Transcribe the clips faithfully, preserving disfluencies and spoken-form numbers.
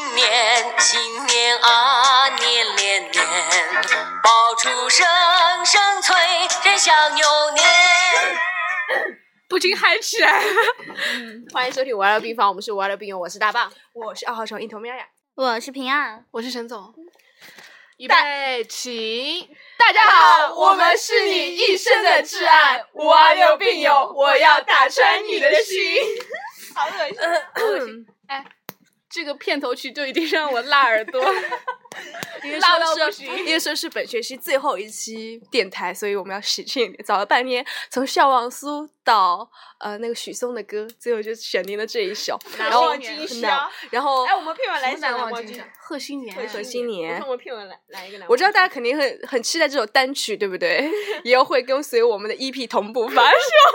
年，新年啊年连年，爆竹声声催，人想牛年。 不禁嗨起来了。 嗯，欢迎收听五二六病房，我们是五二六病友，我是大棒， 我是二号虫一头喵呀， 我是平安， 我是沈总。预备起！大家好，我们是你一生的挚爱，五二六病友，我要打穿你的心。 好恶心， 好恶心！哎，这个片头曲就一定让我辣耳朵。 因为辣到说是不行因为说是本学期最后一期电台，所以我们要喜庆一点。找了半天，从笑忘苏到呃那个许嵩的歌，最后就选定了这一首。然后忘今宵。 然后哎，我们片尾来一首难难忘今宵。 贺新年， 贺新年我看我们片尾来来一个难忘今宵。 我知道大家肯定很很期待这首单曲，对不对？也有会跟随我们的 E P 同步发售。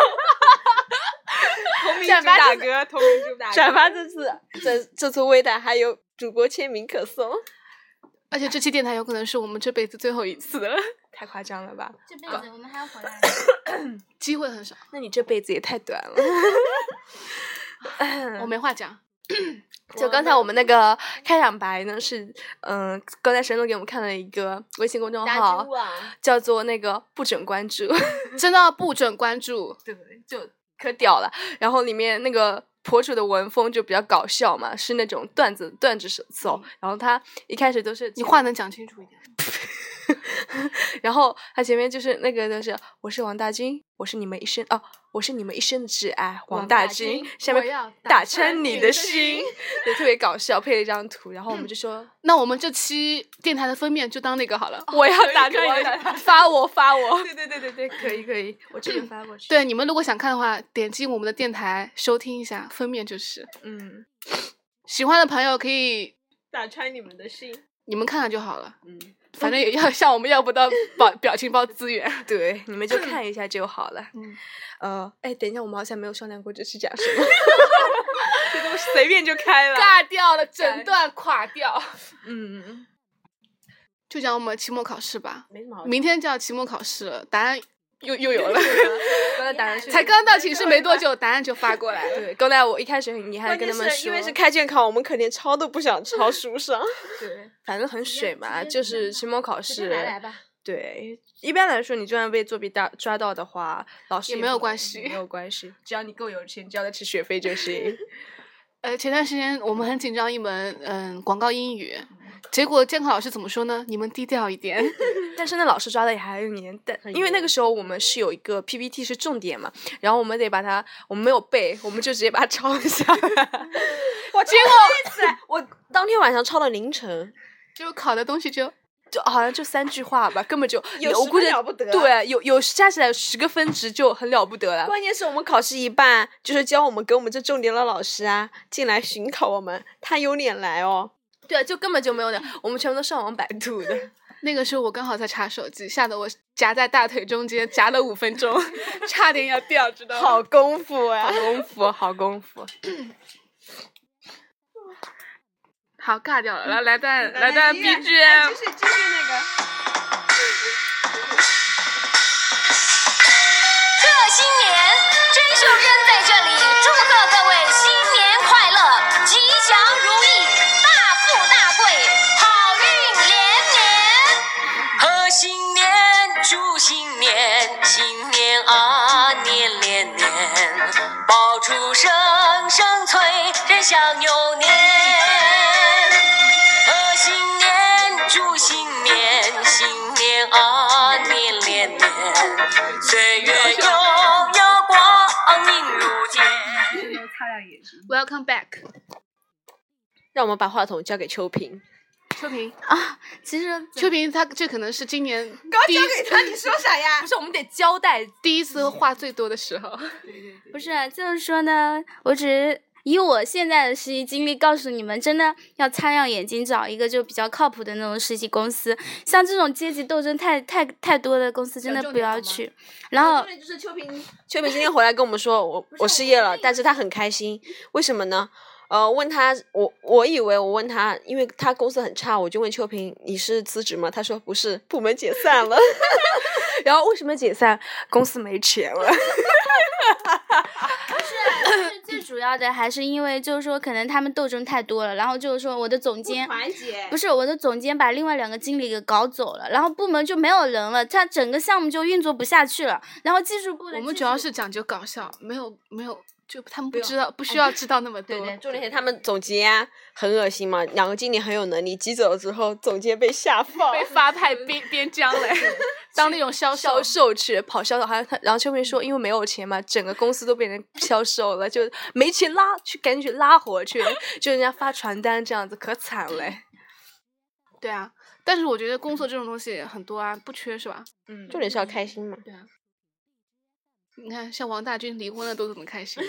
同名主打歌，同名主打歌。 转发这次这这次微的还有主播签名可送。 而且这期电台有可能是我们这辈子最后一次了， 太夸张了吧？ 这辈子我们还要回来， 机会很少。 那你这辈子也太短了。 我没话讲。 就刚才我们那个开场白呢，是嗯，刚才沈总给我们看了一个微信公众号，叫做那个不准关注， 真的不准关注。 对，就可屌了。然后里面那个博主的文风就比较搞笑嘛，是那种段子段子手手、嗯。然后他一开始都是你话能讲清楚一点。 然后他前面就是那个就是我是王大军，我是你们一生哦，我是你们一生的挚爱王大军，下面打穿你的心，对，特别搞笑，配了一张图。然后我们就说， 嗯、那我们这期电台的封面就当那个好了。 哦、我要打穿你的心，发我发我。对对对对对，可以可以，我这边发过去。 对，你们如果想看的话，点击我们的电台收听一下，封面就是。 嗯， 喜欢的朋友可以打穿你们的心， 你们看看就好了。 嗯。 反正也要向我们要不到表表情包资源， 对，你们就看一下就好了。 嗯， 呃，哎，等一下，我们好像没有商量过这期讲什么，就这么随便就开了， 尬掉了，整段垮掉。 嗯， 就讲我们期末考试吧， 没什么好。 明天就要期末考试了，答案又又有了。 刚才答案才刚到寝室没多久，答案就发过来了。 对，刚才我一开始很遗憾跟他们说， 因为是开卷考，我们肯定抄都不想抄书上。 对，反正很水嘛，就是期末考试。 来来吧。 对，一般来说，你就算被作弊大抓到的话，老师也没有关系， 没有关系，只要你够有钱，交得起学费就行。 呃，前段时间我们很紧张一门嗯广告英语，结果监考老师怎么说呢？你们低调一点。 但是那老师抓的也还很严，但因为那个时候我们是有一个 P P T 是重点嘛，然后我们得把它，我们没有背，我们就直接把它抄下来。 我结果我当天晚上抄到凌晨， 就考的东西就就好像就三句话吧，根本就有我估计了不得。 对，有有加起来有十个分值就很了不得了。 关键是我们考试一半，就是教我们给我们这重点的老师啊进来巡考我们，他有脸来哦。 对，就根本就没有脸，我们全部都上网百度的。 那个时候我刚好在查手机，吓得我夹在大腿中间夹了五分钟，差点要掉，知道吗？ 好功夫啊！ 好功夫，好功夫。 好尬掉了，来来段来段 B G M。 继续继续那个。 贺新年，真秀珍在这里祝贺各位新年快乐，吉祥如意，大富大贵，好运连连。贺新年，祝新年，新年啊年连年，爆竹声声催，人想牛年。贺新年，祝新年，新年啊年连年，岁月悠悠光阴如天。 Welcome back。 让我们把话筒交给秋萍。 秋萍啊，其实秋萍她这可能是今年第一交给她，你说啥呀？ 不是，我们得交代第一次话最多的时候。 对对对， 不是，就是说呢，我只是以我现在的实习经历告诉你们，真的要擦亮眼睛，找一个就比较靠谱的那种实习公司。像这种阶级斗争太太太多的公司，真的不要去。然后就是秋萍，秋萍今天回来跟我们说，我我失业了，但是她很开心，为什么呢？呃，问他，我我以为我问他，因为他公司很差，我就问秋萍，你是辞职吗？他说不是，部门解散了。 然后为什么解散？公司没钱了。 不是，就是最主主要的还是因为就是说可能他们斗争太多了，然后就是说我的总监团结不是我的总监把另外两个经理给搞走了，然后部门就没有人了，他整个项目就运作不下去了，然后技术部的我们主要是讲究搞笑，没有没有，就他们不知道，不需要知道那么多。 对对，重点是他们总监啊很恶心嘛，两个经理很有能力，挤走了之后，总监被下放， 被发派边边疆嘞，当那种销售销售去跑销售，还有他，然后秋萍说，因为没有钱嘛，整个公司都变成销售了，就没钱拉去，赶紧去拉活去，就人家发传单这样子，可惨嘞。 对啊，但是我觉得工作这种东西很多啊，不缺是吧？ 嗯， 重点是要开心嘛。 对啊。你看，像王大军离婚了都怎么开心的？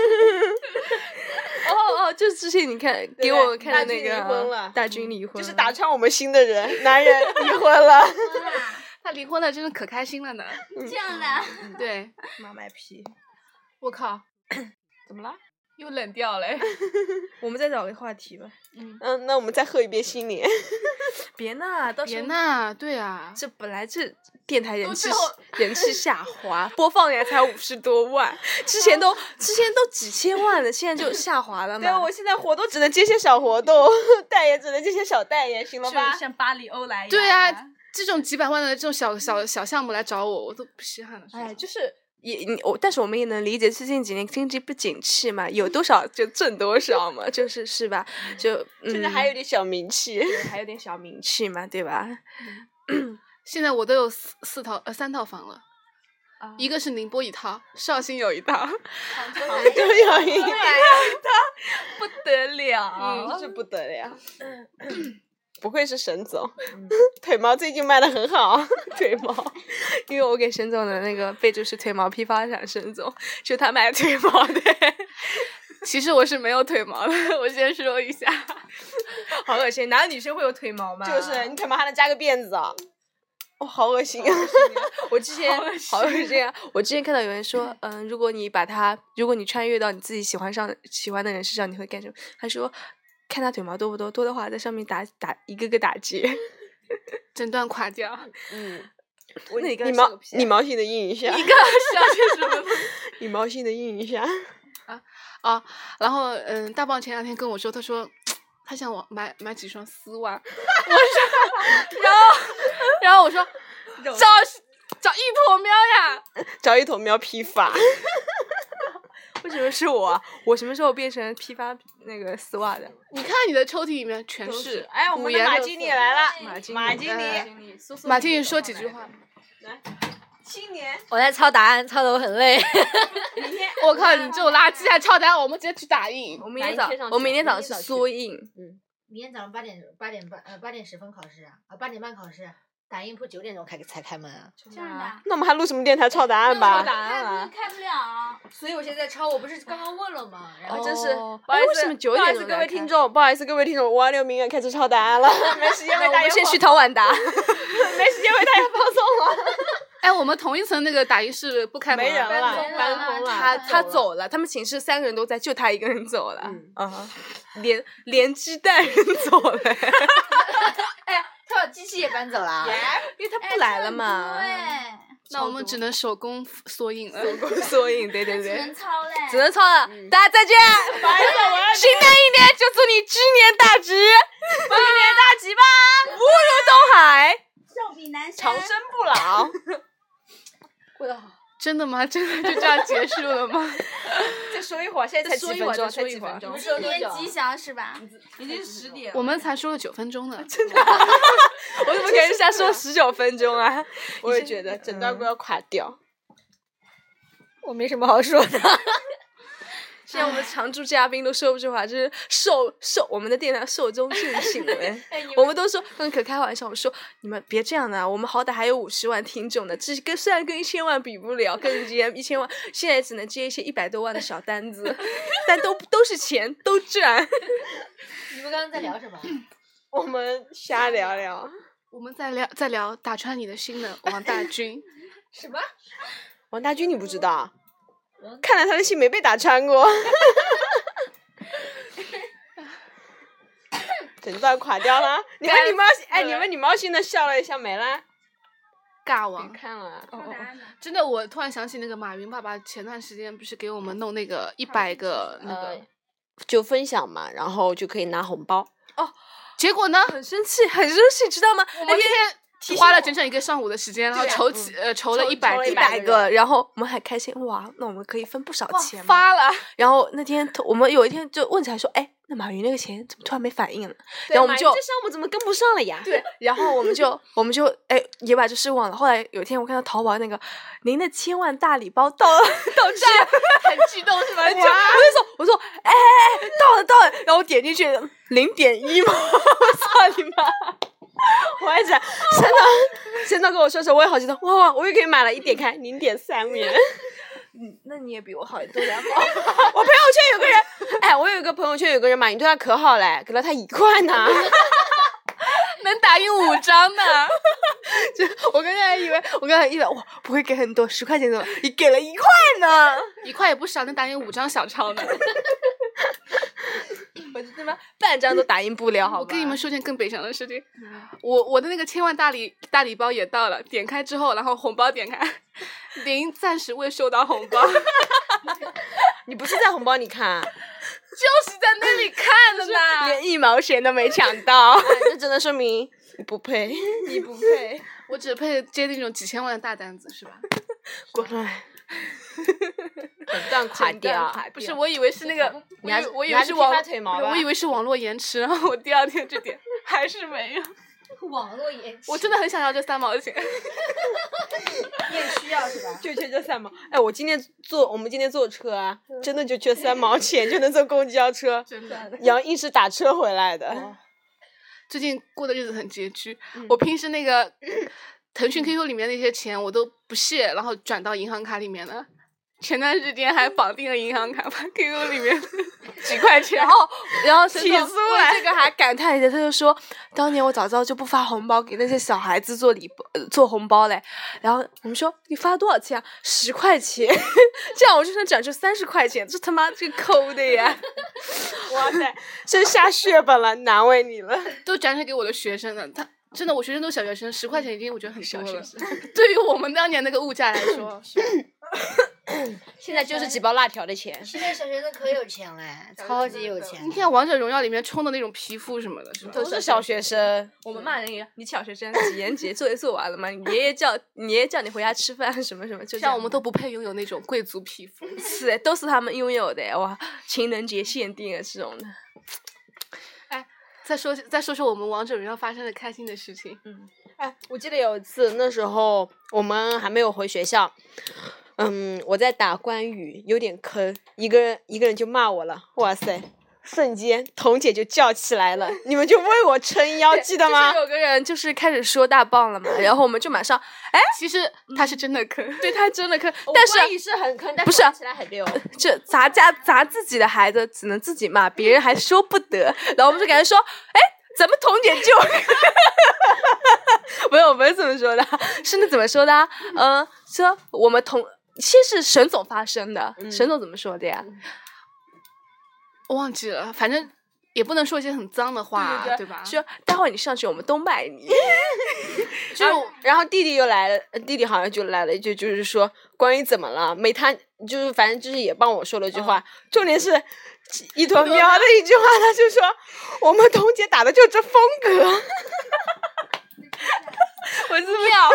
哦哦，就之前你看给我们看的那个大军离婚了大军离婚了， 就是打穿我们心的人，男人离婚了。 他离婚了，真的可开心了呢。 这样的。 对， 妈卖批。 我靠， 怎么了？ 又冷掉嘞。 我们再找个话题吧。 嗯，那我们再喝一遍新年。 别闹，到时别候闹，对啊， 这本来这电台人气最后人气下滑，播放量才五十多万，之前都之前都几千万了，现在就下滑了嘛。 对，我现在活动只能接些小活动，代言只能接些小代言，行了吧？ 像巴黎欧莱雅。 对啊，这种几百万的这种小小小项目来找我，我都不稀罕了。 哎，就是也你我，但是我们也能理解，最近几年经济不景气嘛，有多少就挣多少嘛，就是是吧？就、嗯、 现在还有点小名气， 还有点小名气嘛，对吧？ 现在我都有四四套呃三套房了， 啊一个是宁波一套，绍兴有一套， 杭州有一个， 不得了， 嗯，这不得了。不愧是沈总，腿毛最近卖的很好，腿毛。 因为我给沈总的那个备注是腿毛批发厂沈总，就他卖腿毛的。 其实我是没有腿毛的，我先说一下。 好恶心，哪个女生会有腿毛吗？ 就是你腿毛还能加个辫子啊！哦，好恶心啊！ 我之前好恶心啊！我之前看到有人说，嗯，如果你把他，如果你穿越到你自己喜欢上喜欢的人身上，你会干什么？他说，看他腿毛多不多，多的话在上面打打一个个打结， 整段垮掉。 嗯， 那你你毛你毛性的印一下， 一个小些什么？ 你毛性的印一下。 啊，然后嗯，大棒前两天跟我说，他说他想我买买几双丝袜，我说，然后然后我说找找一坨喵呀， 找一坨喵批发。 为什么是我啊？我什么时候变成批发那个丝袜的？ 你看你的抽屉里面全是， 哎，我们五的马颜六色经理来了， 马经马经理， 理马经理说几句话。 新年， 我在抄答案，抄的我很累。 明天我靠，你这种垃圾还抄答案，我们直接去打印。 我明天早打印贴上去我明天早上是明天早去缩印， 明天早上八点八点半呃八点十分考试啊，啊八点半考试，打印铺九点钟开才开门啊。 这样的。 那我们还录什么电台抄答案吧？ 答案啊， 开不了。 所以我现在抄，我不是刚刚问了吗？然后真是， 哦不好意思， 为什么九不好意思各点钟才开位听众，不好意思各位听众，五二六明月开始抄答案了，没时间为大家那我们先去掏碗答。 没时间为大家放送了。 哎，我们同一层那个打印室不开门没人了， 没人了搬空了。 他他走了，他们寝室三个人都在，就他一个人走了。 嗯啊，连连鸡蛋人走了， 哎呀，他把机器也搬走了啊。 因为他不来了嘛。 对， 那我们只能手工缩印了。 缩印，对对只对能，抄嘞。 只能抄了。大家再见， 不好意思，我要新的一年就祝你鸡年大吉，鸡年大吉吧，福如东海。 寿比南山。 长生不老。 过得好。 真的吗？真的就这样结束了吗？ 再说一会儿，现在才几分钟，才再说一会儿几分钟。 新年吉祥是吧？ 已经十点我们才说了九分钟呢。 我怎么可以瞎说十九分钟啊？ 我也觉得整段都要垮掉。 我没什么好说的。 现在我们常驻嘉宾都说不出话，就是寿寿我们的电台寿终正寝了。我们都说跟可开玩笑，我说你们别这样的、啊，我们好歹还有五十万听众呢，这跟虽然跟一千万比不了，跟接一千万，现在只能接一些一百多万的小单子，但都都是钱，都赚。 你们刚刚在聊什么？ 我们瞎聊聊。 我们在聊在聊打穿你的心的王大军。 什么？ 王大军你不知道？看来他的心没被打穿过。整段垮掉了。你们礼貌性，哎，你们礼貌性的笑了一下没啦？ 尬网。 看了， 哦哦哦真的，我突然想起那个马云爸爸前段时间不是给我们弄那个一百个那个， 呃，就分享嘛，然后就可以拿红包。 结果呢， 很生气，很生气，知道吗？ 我们那天花了整整一个上午的时间，然后筹起呃筹了一百筹了一百个，然后我们还开心，哇，那我们可以分不少钱嘛。 发了。 然后那天我们有一天就问起来说，哎，那马云那个钱怎么突然没反应了？然后我们就这项目怎么跟不上了呀？ 对，然后我们就我们就哎也把这事忘了。后来有一天我看到淘宝那个您的千万大礼包到了到站， 很激动是吧？ 我就说我说哎哎哎到了到了，然后我点进去零点一嘛，我操你妈！ 我还想，陈导，陈导跟我说时候，我也好激动，哇哇，我又可以买了，一点开零点三元。 嗯，那你也比我好多两好。 我朋友圈有个人，哎，我有一个朋友圈有个人，马云对他可好嘞，给了他一块呢。 能打印五张呢。 就我刚才以为，我刚才以为哇不会给很多，十块钱怎么你给了一块呢？ 一块也不少，能打印五张小钞呢。 我就他妈半张都打印不了，好吧？ 我跟你们说件更悲伤的事情，我我的那个千万大礼大礼包也到了，点开之后，然后红包点开，您暂时未收到红包。 你不是在红包里看？ 就是在那里看的呢。 连一毛钱都没抢到， 那只能说明你不配。 你不配。 我只配接那种几千万的大单子，是吧？ 滚来！整段垮掉。 不是，我以为是那个， 你还我以我以你还是为是网批发腿毛吧我以为是网络延迟，然后我第二天去点，还是没有。 网络延迟， 我真的很想要这三毛钱。 你也需要是吧？ 就缺这三毛。哎，我今天坐，我们今天坐车啊，真的就缺三毛钱就能坐公交车， 真的。 然后硬是打车回来的。 最近过的日子很拮据，我平时那个腾讯 Q Q 里面那些钱我都不屑，然后转到银行卡里面的。前段时间还绑定了银行卡，把 Q Q 里面几块钱， 然后然后提提出出来这个还感叹一下，他就说当年我早知道就不发红包给那些小孩子做礼包、呃、做红包嘞。然后我们说你发多少钱啊？十块钱，这样我就能转出三十块钱，这他妈这抠的呀！ 哇塞，真下血本了，难为你了。 都转成给我的学生了。他真的，我学生都小学生，十块钱已经我觉得很多了。对于我们当年那个物价来说， 现在就是几包辣条的钱。 现在小学生可有钱嘞，超级有钱你。看王者荣耀里面充的那种皮肤什么的，是吧？ 都是小学生。 我们骂人也，你小学生几年级作业做完了吗？你爷爷叫你爷爷叫你回家吃饭什么什么，就这样像我们都不配拥有那种贵族皮肤。 是都是他们拥有的哇，情人节限定啊这种的。 再说再说说我们王者荣耀发生的开心的事情。 嗯， 哎，我记得有一次，那时候我们还没有回学校，嗯，我在打关羽，有点坑，一个人一个人就骂我了，哇塞！瞬间，彤姐就叫起来了，你们就为我撑腰，记得吗？ 就是有个人就是开始说大棒了嘛，然后我们就马上，哎， 其实他是真的坑， 对他真的坑，但是关羽是很坑，但不是玩起来很溜。 这咱家咱自己的孩子只能自己骂，别人还说不得，然后我们就感觉说，哎，咱们彤姐就，不是我们怎么说的，是那怎么说的啊？嗯，说我们同先是沈总发声的， 嗯沈总怎么说的呀？ 我忘记了，反正也不能说一些很脏的话， 对对对吧？ 说待会儿你上去，我们都卖你。 就然后弟弟又来了，弟弟好像就来了一句，就是说关羽怎么了？没他，就是反正就是也帮我说了句话， 嗯、 重点是一坨喵的一句话，他就说我们彤姐打的就这风格， 我是妙，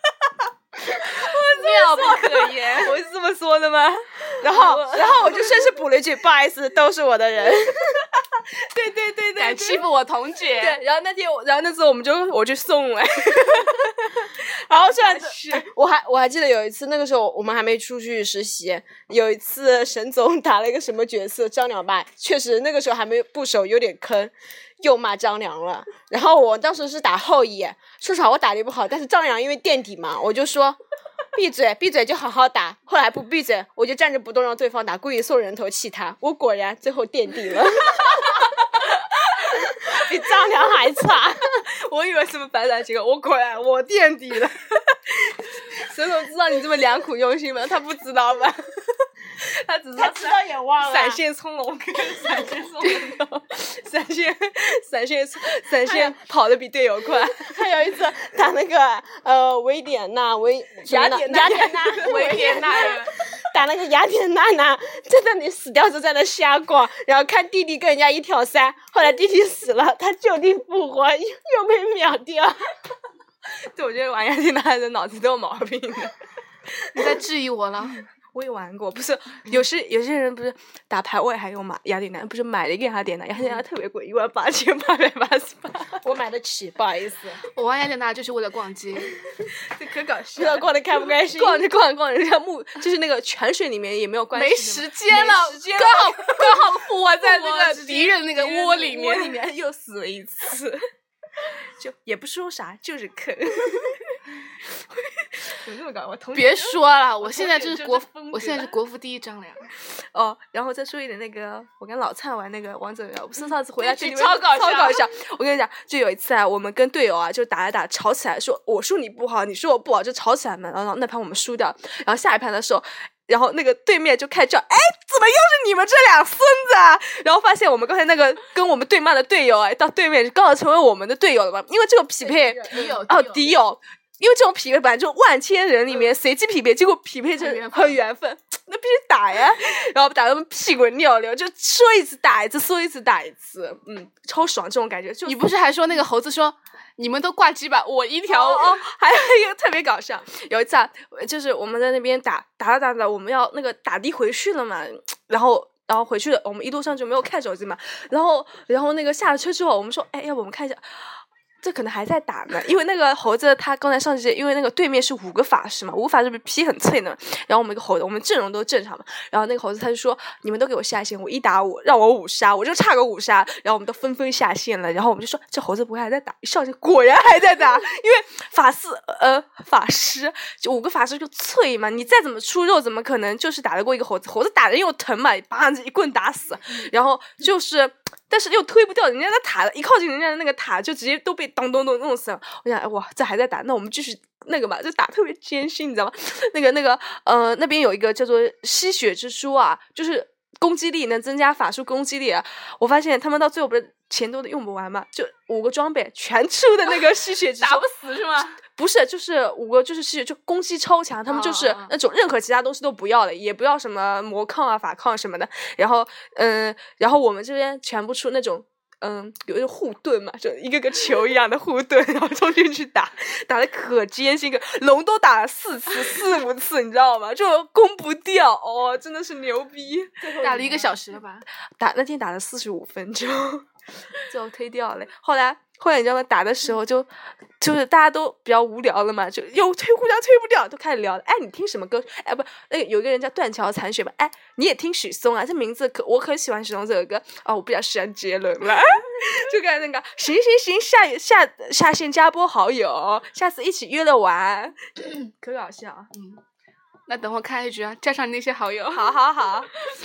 妙不可言， 我是这么说的吗？ 然后然后我就顺势补了一句，不好意思，都是我的人。 对对对对， 敢欺负我彤姐。 对，然后那天我，然后那次我们就我去送哎， 然后上次我还我还记得有一次，那个时候我们还没出去实习，有一次沈总打了一个什么角色张良吧，确实那个时候还没不熟，有点坑，又骂张良了。然后我当时是打后羿，说实话我打的不好，但是张良因为垫底嘛，我就说闭嘴闭嘴就好好打。后来不闭嘴，我就站着不动让对方打，故意送人头气他。我果然最后垫底了。比张良还差， 我以为什么反转结果，我果然我垫底了。沈总知道你这么良苦用心吗？他不知道吧？他只知他知道也忘了。 闪现葱龙跟闪现送人头，闪现闪现闪现跑得比队友快。 还有一次打那个呃维典娜维雅典娜雅典娜维典娜打那个雅典娜娜在那里死掉就在那瞎逛，然后看弟弟跟人家一挑三，后来弟弟死了，他就地复活又又被秒掉。 对，我觉得玩雅典娜的人脑子都有毛病的。 你在质疑我了？ 我也玩过，不是有些有些人不是打排位还有买雅典娜，不是买了一个雅典娜，雅典娜特别贵，一万八千八百八十八， 我买得起，不好意思。 我玩雅典娜就是为了逛街， 这可搞不笑知道逛的开不开心。 逛着逛着逛着，人家木就是那个泉水里面也没有关系， 没时间了，刚好刚好复活在那个敌人那个窝里面， 窝里面又死了一次，就也不说啥，就是坑。怎么这么搞？我同学别说了，我现在同学就是国就是疯， 我现在是子国服第一张了呀。 哦，然后再说一点那个，我跟老蔡玩那个王者荣耀，不是上次回来那局这里面超搞笑超搞笑。我跟你讲，就有一次啊，我们跟队友啊就打来打，吵起来，说我说你不好，你说我不好，就吵起来嘛。然后那盘我们输掉，然后下一盘的时候。然后那个对面就开始叫，哎，怎么又是你们这俩孙子啊？然后发现我们刚才那个跟我们对骂的队友，哎，到对面刚好成为我们的队友了嘛。因为这个匹配， 敌友哦，敌友，因为这种匹配本来就万千人里面随机匹配，结果匹配成很缘分，那必须打呀。然后打得屁滚尿流，就说一次打一次，说一次打一次，嗯，超爽这种感觉。就你不是还说那个猴子说？你们都挂机吧，我一条。 哦哦，还有一个特别搞笑，有一次啊，就是我们在那边打打着打着，我们要那个打的回去了嘛，然后然后回去了，我们一路上就没有看手机嘛，然后然后那个下了车之后，我们说，哎，要不我们看一下。这可能还在打呢，因为那个猴子他刚才上去，因为那个对面是五个法师嘛，五个法师不是皮很脆的嘛，然后我们一个猴子，我们阵容都正常嘛，然后那个猴子他就说你们都给我下线，我一打五，让我五杀，我就差个五杀，然后我们都纷纷下线了，然后我们就说这猴子不会还在打，一上去果然还在打，因为法师呃法师就五个法师就脆嘛，你再怎么出肉，怎么可能就是打得过一个猴子？猴子打人又疼嘛，把子一棍打死，然后就是。但是又推不掉人家的塔，一靠近人家的那个塔就直接都被咚咚咚弄死了。我想，哇，这还在打，那我们继续那个吧，就打特别艰辛，你知道吗？那个那个呃，那边有一个叫做吸血之书啊，就是攻击力能增加法术攻击力啊。我发现他们到最后不是钱都用不完嘛，就五个装备全出的那个吸血之书， 打不死是吗？ 不是，就是五个，就是吸血，就攻击超强，他们就是那种任何其他东西都不要了，也不要什么魔抗啊、法抗什么的。然后，嗯，然后我们这边全部出那种，嗯，有一种护盾嘛，就一个个球一样的护盾，然后冲进去打，打的可艰辛，个龙都打了四次、四五次，你知道吗？就攻不掉，哦，真的是牛逼！ 打了一个小时了吧？ 打那天打了四十五分钟，最后推掉了。后来。后来你知道吗？打的时候就就是大家都比较无聊了嘛，就又推互相推不掉，都开始聊了。哎，你听什么歌？哎，不，那个有一个人叫断桥残雪吧？哎，你也听许嵩啊？这名字可我可喜欢许嵩这个歌哦，我比较喜欢杰伦了。就看那个，行行行，下下下线加波好友，下次一起约了玩，可搞笑。 嗯，那等会开一局啊，加上你那些好友。 好好好。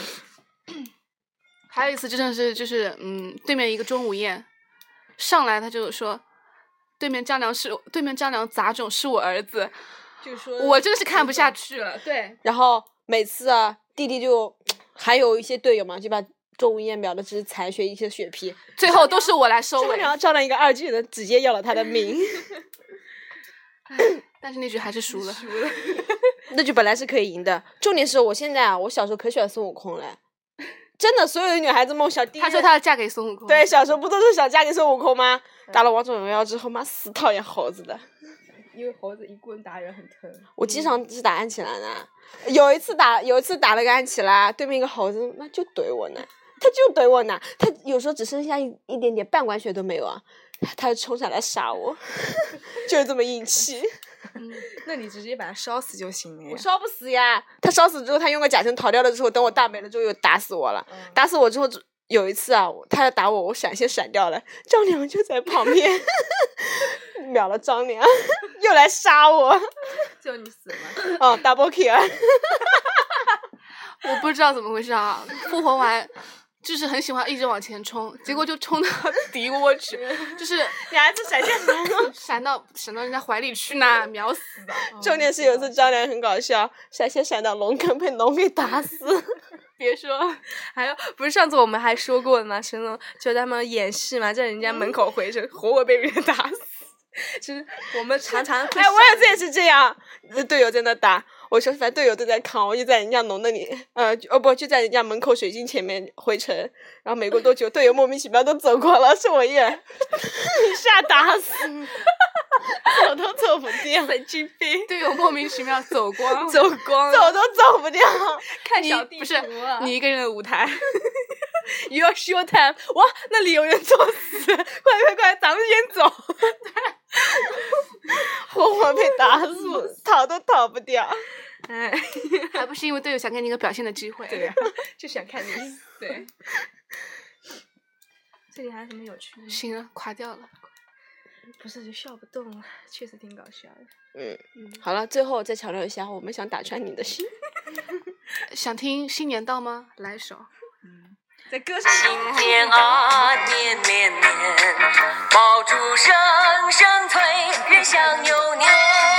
还有一次真的是就是嗯，对面一个钟无艳。上来他就说，对面张良是对面张良杂种是我儿子， 就说我真的是看不下去了。对， 然后每次啊，弟弟就还有一些队友嘛，就把钟无艳秒的只是残血一些血皮， 最后都是我来收尾。 张良张良一个二技能直接要了他的命， 但是那局还是输了。输了， 那局本来是可以赢的。重点是我现在啊，我小时候可喜欢孙悟空了。真的，所有的女孩子梦想。 她说她要嫁给孙悟空。 对，小时候不都是想嫁给孙悟空吗？嗯、打了王者荣耀之后，妈死讨厌猴子的。 因为猴子一棍打人很疼。 我经常是打安琪拉呢，有一次打，有一次打了个安琪拉，对面一个猴子，妈就怼我呢，他就怼我呢，他有时候只剩下一一点点半管血都没有啊，他就冲上来杀我，就是这么硬气。 嗯，那你直接把他烧死就行了呀。 我烧不死呀，他烧死之后，他用个假身逃掉了之后，等我大没了之后又打死我了。嗯、打死我之后，有一次啊，他要打我，我闪现闪掉了，张良就在旁边秒了张良，又来杀我， 就你死了。 哦 ，double kill。 我不知道怎么回事啊，复活完。就是很喜欢一直往前冲，结果就冲到敌窝去，就是你还是闪现闪闪到闪到人家怀里去呢，秒死的。 重点是有一次张良很搞笑，闪现闪到龙坑被龙给打死。 别说， 还有不是上次我们还说过吗？成龙就他们演戏嘛，在人家门口回城，活活被人打死。就是我们常常会哎，我有次也是这样，队友在那打，我说反正队友都在扛，我就在人家楼那里，呃，哦不，就在人家门口水晶前面回城，然后没过多久，队友莫名其妙都走过了，是我一人，一下打死，走都走不掉， 神经病， 队友莫名其妙走光， 走光， 走都走不掉， 看小地不是你一个人的舞台。 You are show time， 哇，那里有人作死，快快快，咱们先走。 活活被打死，逃都逃不掉。 哎， 还不是因为队友想给你一个表现的机会。 对呀、啊，就想看你。 对。 这里还有什么有趣的？ 行了，垮掉了。 不是，就笑不动了，确实挺搞笑的。 嗯嗯，好了，最后再强调一下，我们想打穿你的心。 想听新年到吗？来一首。 嗯，在歌声新年啊，年年年，爆竹声声催，人想牛年。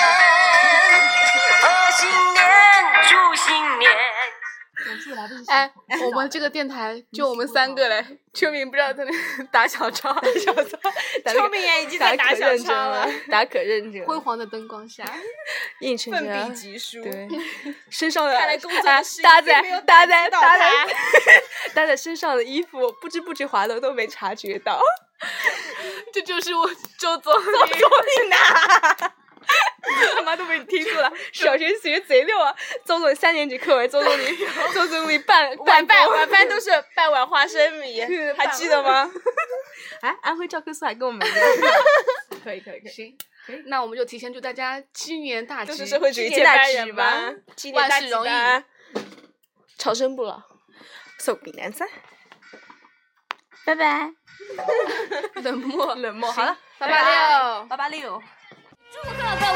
贺新年，祝新年。 哎，我们这个电台就我们三个嘞，秋明不知道在那打小抄，小抄， 秋明也已经在打小抄了， 打可认真了。 辉煌的灯光下， 映衬着奋笔疾书， 对，身上的看来工作的事搭在搭在搭在他搭在身上的衣服，不知不觉滑落都没察觉到。 这就是我周总理， 周总理呐！他妈都被你听出了，小学学贼溜啊！周总理三年级课文，周总理，周总理半晚饭晚饭都是半碗花生米，还记得吗？ 哎，安徽教科书还跟我们可以可以可以， 行，那我们就提前祝大家鸡年大吉， 都是社会主义接班人吧， 万事如意， 长生不老， 寿比南山， 拜拜。 冷漠冷漠，好了， 八八六， 八八六。 祝贺各位！